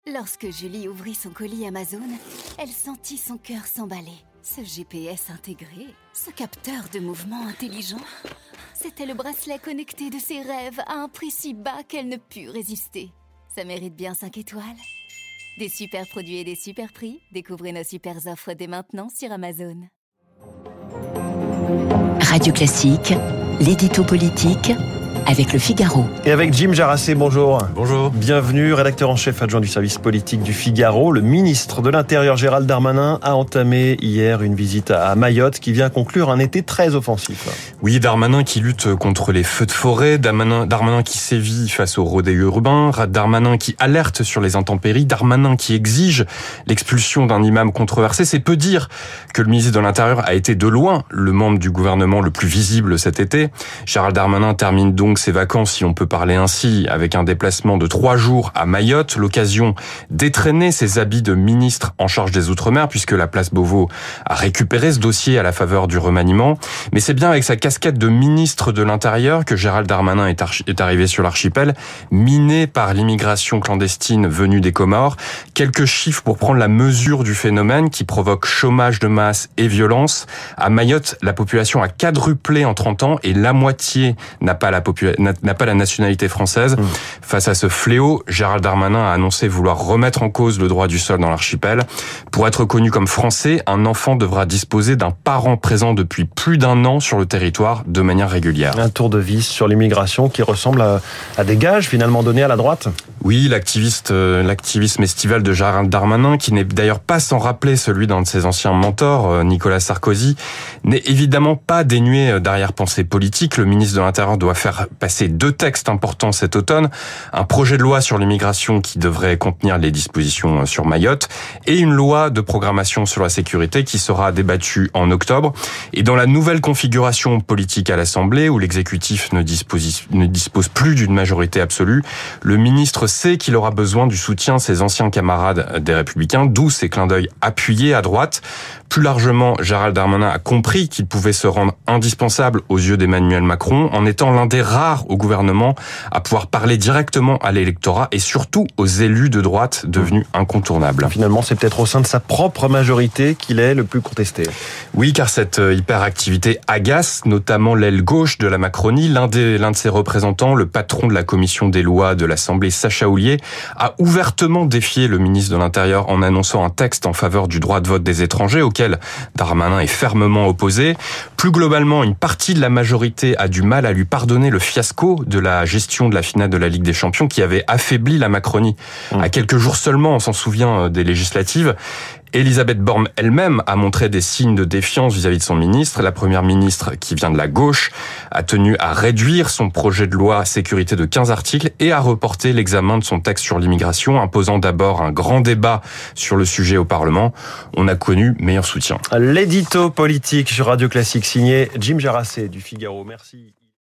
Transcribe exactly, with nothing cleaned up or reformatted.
Lorsque Julie ouvrit son colis Amazon, elle sentit son cœur s'emballer. Ce G P S intégré, ce capteur de mouvement intelligent, c'était le bracelet connecté de ses rêves à un prix si bas qu'elle ne put résister. Ça mérite bien cinq étoiles. Des super produits et des super prix, découvrez nos super offres dès maintenant sur Amazon. Radio Classique, l'édito politique avec Le Figaro. Et avec Jim Jarassé, bonjour. Bonjour. Bienvenue, rédacteur en chef adjoint du service politique du Figaro. Le ministre de l'Intérieur Gérald Darmanin a entamé hier une visite à Mayotte qui vient conclure un été très offensif. Oui, Darmanin qui lutte contre les feux de forêt, Darmanin, Darmanin qui sévit face aux rodéos urbains, Darmanin qui alerte sur les intempéries, Darmanin qui exige l'expulsion d'un imam controversé. C'est peu dire que le ministre de l'Intérieur a été de loin le membre du gouvernement le plus visible cet été. Gérald Darmanin termine donc ses vacances, si on peut parler ainsi, avec un déplacement de trois jours à Mayotte, l'occasion d'étrenner ses habits de ministre en charge des Outre-mer, puisque la place Beauvau a récupéré ce dossier à la faveur du remaniement. Mais c'est bien avec sa casquette de ministre de l'Intérieur que Gérald Darmanin est, archi- est arrivé sur l'archipel, miné par l'immigration clandestine venue des Comores. Quelques chiffres pour prendre la mesure du phénomène qui provoque chômage de masse et violence. À Mayotte, la population a quadruplé en trente ans et la moitié n'a pas la population n'a pas la nationalité française. Mmh. Face à ce fléau, Gérald Darmanin a annoncé vouloir remettre en cause le droit du sol dans l'archipel. Pour être reconnu comme français, un enfant devra disposer d'un parent présent depuis plus d'un an sur le territoire de manière régulière. Un tour de vis sur l'immigration qui ressemble à, à des gages finalement donnés à la droite. Oui, l'activiste, euh, l'activisme estival de Gérald Darmanin, qui n'est d'ailleurs pas sans rappeler celui d'un de ses anciens mentors, euh, Nicolas Sarkozy, n'est évidemment pas dénué d'arrière-pensée politique. Le ministre de l'Intérieur doit faire passer deux textes importants cet automne. Un projet de loi sur l'immigration qui devrait contenir les dispositions sur Mayotte et une loi de programmation sur la sécurité qui sera débattue en octobre. Et dans la nouvelle configuration politique à l'Assemblée, où l'exécutif ne dispose, ne dispose plus d'une majorité absolue, le ministre sait qu'il aura besoin du soutien de ses anciens camarades des Républicains, d'où ces clins d'œil appuyés à droite. Plus largement, Gérald Darmanin a compris qu'il pouvait se rendre indispensable aux yeux d'Emmanuel Macron en étant l'un des rares au gouvernement à pouvoir parler directement à l'électorat et surtout aux élus de droite devenus incontournables. Finalement, c'est peut-être au sein de sa propre majorité qu'il est le plus contesté. Oui, car cette hyperactivité agace notamment l'aile gauche de la Macronie. L'un, des, l'un de ses représentants, le patron de la commission des lois de l'Assemblée, Sacha Houlié, a ouvertement défié le ministre de l'Intérieur en annonçant un texte en faveur du droit de vote des étrangers auquel Darmanin est fermement opposé. Plus globalement, une partie de la majorité a du mal à lui pardonner le fiasco de la gestion de la finale de la Ligue des Champions qui avait affaibli la Macronie. Mmh. À quelques jours seulement, on s'en souvient, des législatives. Elisabeth Borne elle-même a montré des signes de défiance vis-à-vis de son ministre. La première ministre, qui vient de la gauche, a tenu à réduire son projet de loi sécurité de quinze articles et à reporter l'examen de son texte sur l'immigration, imposant d'abord un grand débat sur le sujet au Parlement. On a connu meilleur soutien. L'édito politique sur Radio Classique signé Jim Jarassé du Figaro. Merci.